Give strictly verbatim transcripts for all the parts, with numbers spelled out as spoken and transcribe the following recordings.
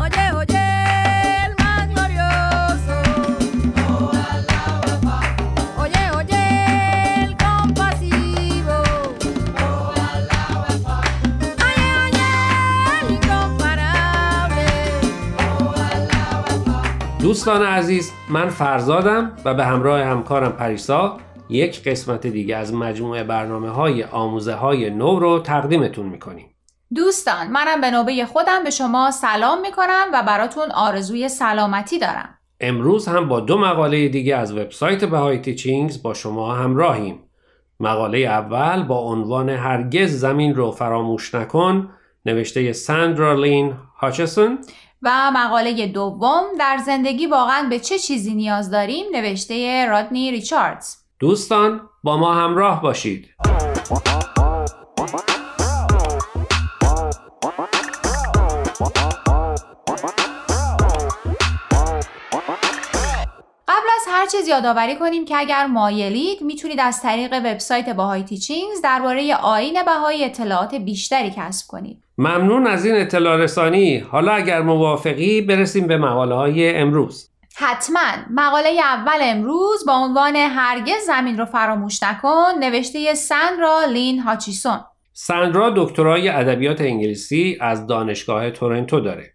دوستان عزیز، من فرزادم و به همراه همکارم پریسا یک قسمت دیگه از مجموعه برنامه‌های آموزه‌های نو رو تقدیمتون می‌کنیم. دوستان، منم به نوبه خودم به شما سلام می‌کنم و براتون آرزوی سلامتی دارم. امروز هم با دو مقاله دیگه از وبسایت بهایی تیچینگز با شما همراهیم. مقاله اول با عنوان هرگز زمین رو فراموش نکن، نوشته ساندرا لین هاچسون، و مقاله دوم در زندگی واقعا به چه چیزی نیاز داریم، نوشته رادنی ریچاردز. دوستان با ما همراه باشید. قبل از هر چیز یادآوری کنیم که اگر مایلید میتونید از طریق وبسایت بهایی تیچینگز درباره آیین بهایی اطلاعات بیشتری کسب کنید. ممنون از این اطلاع رسانی. حالا اگر موافقی برسیم به مقاله های امروز. حتما. مقاله اول امروز با عنوان هرگز زمین رو فراموش نکن، نوشته ساندرا لین هاچیسون. ساندرا دکترای ادبیات انگلیسی از دانشگاه تورنتو داره.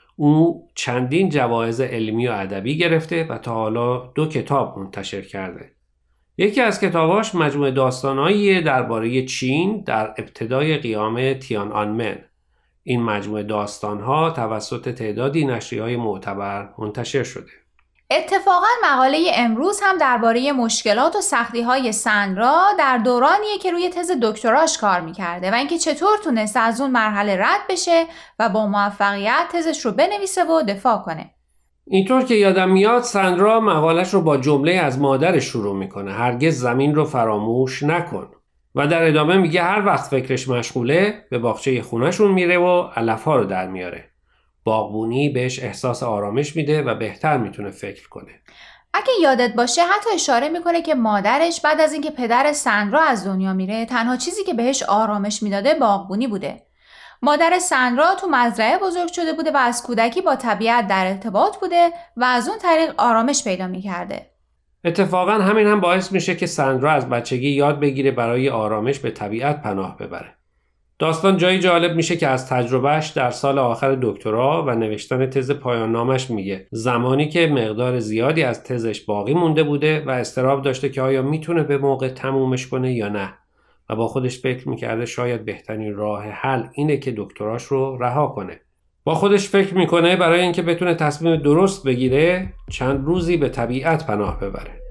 او چندین جوایز علمی و ادبی گرفته و تا حالا دو کتاب منتشر کرده. یکی از کتاباش مجموعه داستان‌هایی درباره چین در ابتدای قیام تیان‌آنمن. این مجموعه داستان‌ها توسط تعدادی نشریه‌های معتبر منتشر شده. اتفاقاً مقاله امروز هم درباره مشکلات و سختی‌های ساندرا در دورانیه که روی تز دکتراش کار می‌کرده و اینکه چطور تونسته از اون مرحله رد بشه و با موفقیت تزش رو بنویسه و دفاع کنه. اینطور که یادم میاد ساندرا مقالش رو با جمله از مادرش شروع میکنه: هرگز زمین رو فراموش نکن. و در ادامه میگه هر وقت فکرش مشغوله به باغچه خونه‌شون میره و علف‌ها رو در میاره. باغبونی بهش احساس آرامش میده و بهتر میتونه فکر کنه. اگه یادت باشه حتی اشاره میکنه که مادرش بعد از اینکه پدر ساندرا از دنیا میره تنها چیزی که بهش آرامش میداده باغبونی بوده. مادر ساندرا تو مزرعه بزرگ شده بوده و از کودکی با طبیعت در ارتباط بوده و از اون طریق آرامش پیدا میکرده. اتفاقا همین هم باعث میشه که ساندرا از بچگی یاد بگیره برای آرامش به طبیعت پناه ببره. داستان جایی جالب میشه که از تجربهش در سال آخر دکترا و نوشتن تز پایان نامش میگه زمانی که مقدار زیادی از تزش باقی مونده بوده و اضطراب داشته که آیا میتونه به موقع تمومش کنه یا نه و با خودش فکر میکرده شاید بهترین راه حل اینه که دکتراش رو رها کنه. با خودش فکر میکنه برای اینکه بتونه تصمیم درست بگیره چند روزی به طبیعت پناه ببره.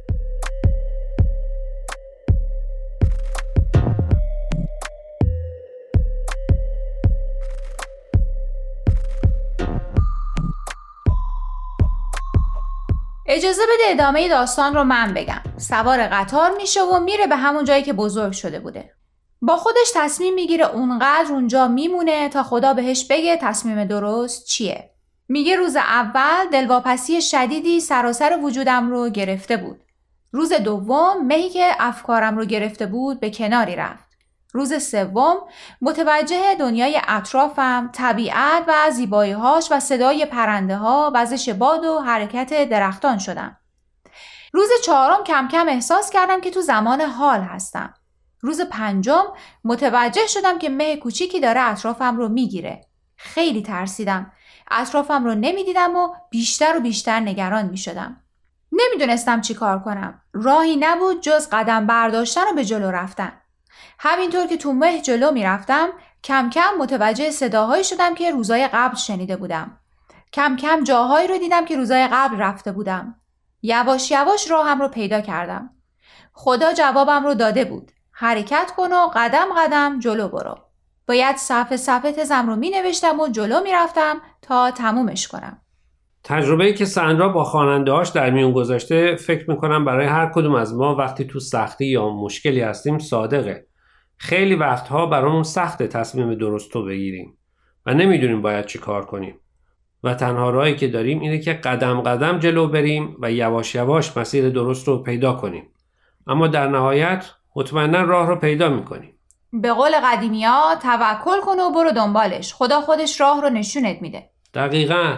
اجازه بده ادامه داستان رو من بگم. سوار قطار میشه و میره به همون جایی که بزرگ شده بوده. با خودش تصمیم میگیره اونقدر اونجا میمونه تا خدا بهش بگه تصمیم درست چیه. میگه روز اول دلواپسی شدیدی سراسر وجودم رو گرفته بود. روز دوم مهی که افکارم رو گرفته بود به کناری رفت. روز سوم متوجه دنیای اطرافم، طبیعت و زیبایی‌هاش و صدای پرنده‌ها، وزش باد و حرکت درختان شدم. روز چهارم کم کم احساس کردم که تو زمان حال هستم. روز پنجم متوجه شدم که مه کوچیکی داره اطرافم رو میگیره. خیلی ترسیدم. اطرافم رو نمیدیدم و بیشتر و بیشتر نگران میشدم. نمیدونستم چی کار کنم. راهی نبود جز قدم برداشتن و به جلو رفتن. همینطور که تو مه جلو میرفتم کم کم متوجه صداهایی شدم که روزای قبل شنیده بودم. کم کم جاهایی رو دیدم که روزای قبل رفته بودم. یواش یواش راهم رو پیدا کردم. خدا جوابم رو داده بود. حرکت کن و قدم قدم جلو برو. باید صفحه صفحه تزم رو می نوشتم و جلو می رفتم تا تمومش کنم. تجربه‌ای که ساندرا با خواننده‌هاش در میون گذاشته فکر می‌کنم برای هر کدوم از ما وقتی تو سختی یا مشکلی هستیم صادقه. خیلی وقتها برامون سخته تصمیم درستو بگیریم و نمیدونیم باید چی کار کنیم. و تنها راهی که داریم اینه که قدم قدم جلو بریم و یواش یواش مسیر درست رو پیدا کنیم. اما در نهایت مطمئنا راه رو پیدا می‌کنیم. به قول قدیمی‌ها توکل کن و برو دنبالش. خدا خودش راه رو نشونت میده. دقیقاً.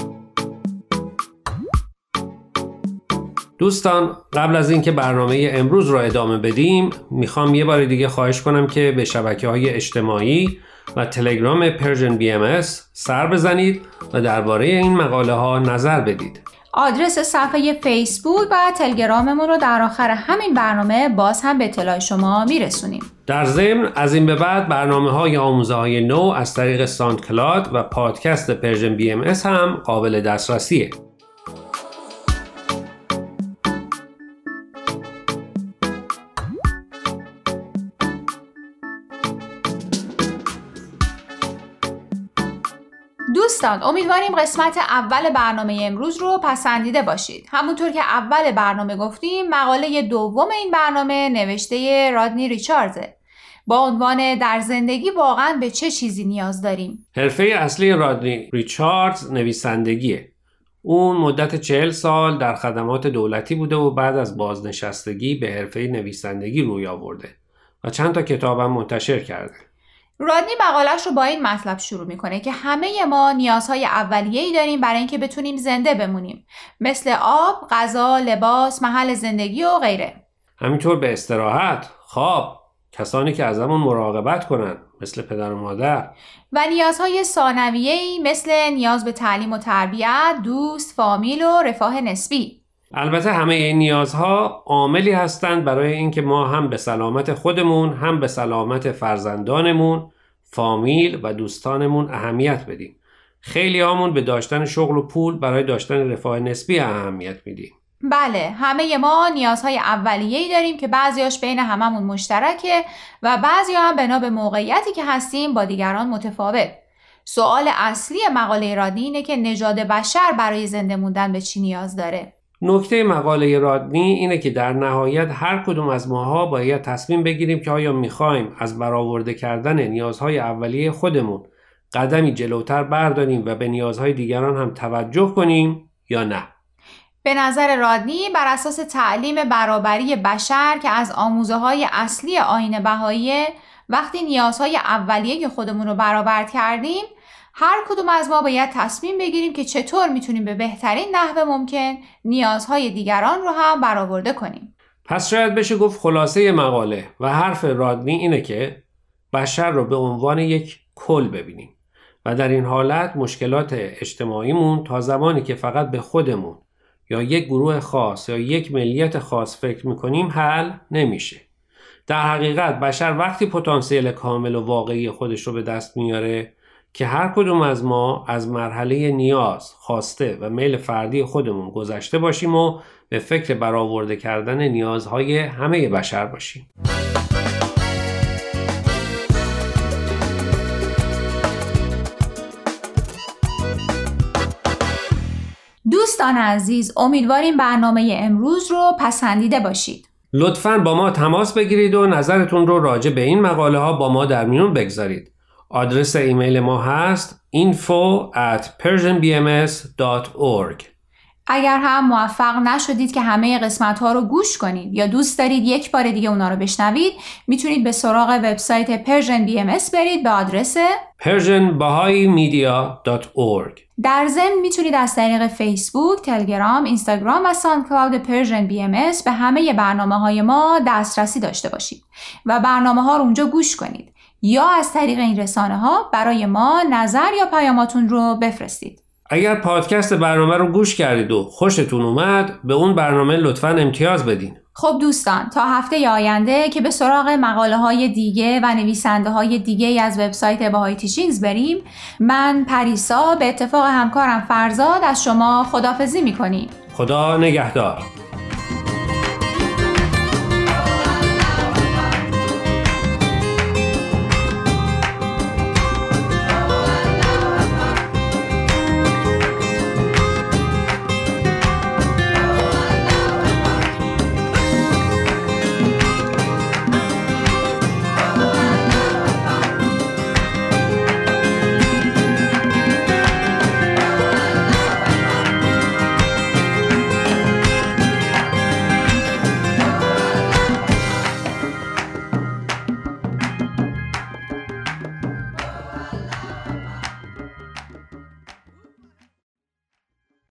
دوستان، قبل از اینکه برنامه امروز رو ادامه بدیم میخوام یه بار دیگه خواهش کنم که به شبکه‌های اجتماعی و تلگرام پرژن بی ام اس سر بزنید و درباره این مقاله ها نظر بدید. آدرس صفحه فیسبوک و تلگراممون رو در آخر همین برنامه باز هم به اطلاع شما میرسونیم. در ضمن از این به بعد برنامه‌های آموزه‌های نو از طریق ساندکلاد و پادکست پرژن بی ام اس هم قابل دسترسیه. دوستان، امیدواریم قسمت اول برنامه امروز رو پسندیده باشید. همونطور که اول برنامه گفتیم، مقاله دوم این برنامه نوشته رادنی ریچاردزه با عنوان در زندگی واقعا به چه چیزی نیاز داریم. حرفه اصلی رادنی ریچاردز نویسندگیه. اون مدت چهل سال در خدمات دولتی بوده و بعد از بازنشستگی به حرفه نویسندگی روی آورده و چند تا کتاب هم منتشر کرده. رادنی مقالش رو با این مطلب شروع میکنه که همه ما نیازهای اولیه‌ای داریم برای اینکه بتونیم زنده بمونیم، مثل آب، غذا، لباس، محل زندگی و غیره. همینطور به استراحت، خواب، کسانی که ازمون مراقبت کنن مثل پدر و مادر، و نیازهای ثانویه‌ای مثل نیاز به تعلیم و تربیت، دوست، فامیل و رفاه نسبی. البته همه این نیازها عاملی هستند برای اینکه ما هم به سلامت خودمون هم به سلامت فرزندانمون، فامیل و دوستانمون اهمیت بدیم. خیلی هامون به داشتن شغل و پول برای داشتن رفاه نسبی اهمیت میدیم. بله، همه ما نیازهای اولیه‌ای داریم که بعضیاش بین هممون مشترکه و بعضیا هم بنا به موقعیتی که هستیم با دیگران متفاوت. سوال اصلی مقاله رادنی اینه که نژاد بشر برای زنده موندن به چی نیاز داره؟ نکته مقاله رادنی اینه که در نهایت هر کدوم از ماها باید تصمیم بگیریم که آیا میخوایم از برآورده کردن نیازهای اولیه خودمون قدمی جلوتر برداریم و به نیازهای دیگران هم توجه کنیم یا نه. به نظر رادنی بر اساس تعلیم برابری بشر که از آموزه‌های اصلی آیین بهایی، وقتی نیازهای اولیه خودمون رو برآورد کردیم، هر کدوم از ما باید تصمیم بگیریم که چطور میتونیم به بهترین نحو ممکن نیازهای دیگران رو هم برآورده کنیم. پس شاید بشه گفت خلاصه مقاله و حرف رادنی اینه که بشر رو به عنوان یک کل ببینیم و در این حالت مشکلات اجتماعیمون تا زمانی که فقط به خودمون یا یک گروه خاص یا یک ملیت خاص فکر میکنیم حل نمیشه. در حقیقت بشر وقتی پتانسیل کامل و واقعی خودش رو به دست میاره که هر کدوم از ما از مرحله نیاز، خواسته و میل فردی خودمون گذشته باشیم و به فکر برآورده کردن نیازهای همه بشر باشیم. دوستان عزیز، امیدواریم برنامه امروز رو پسندیده باشید. لطفاً با ما تماس بگیرید و نظرتون رو راجع به این مقاله ها با ما در میون بگذارید. آدرس ایمیل ما هست info at persian b m s dot org. اگر هم موفق نشدید که همه قسمت ها رو گوش کنید یا دوست دارید یک بار دیگه اونا رو بشنوید، میتونید به سراغ وبسایت پرژن بی ام اس برید به آدرس persian bahai media dot org. در ضمن میتونید از طریق فیسبوک، تلگرام، اینستاگرام و ساندکلاود پرژن بی ام اس به همه برنامه‌های ما دسترسی داشته باشید و برنامه‌ها رو اونجا گوش کنید یا از طریق این رسانه‌ها برای ما نظر یا پیاماتون رو بفرستید. اگر پادکست برنامه رو گوش کردید و خوشتون اومد، به اون برنامه لطفاً امتیاز بدین. خب دوستان، تا هفته آینده که به سراغ مقاله های دیگه و نویسنده های دیگه از وبسایت بهایی تیچینگز بریم، من پریسا به اتفاق همکارم فرزاد از شما خداحافظی میکنیم. خدا نگهدار.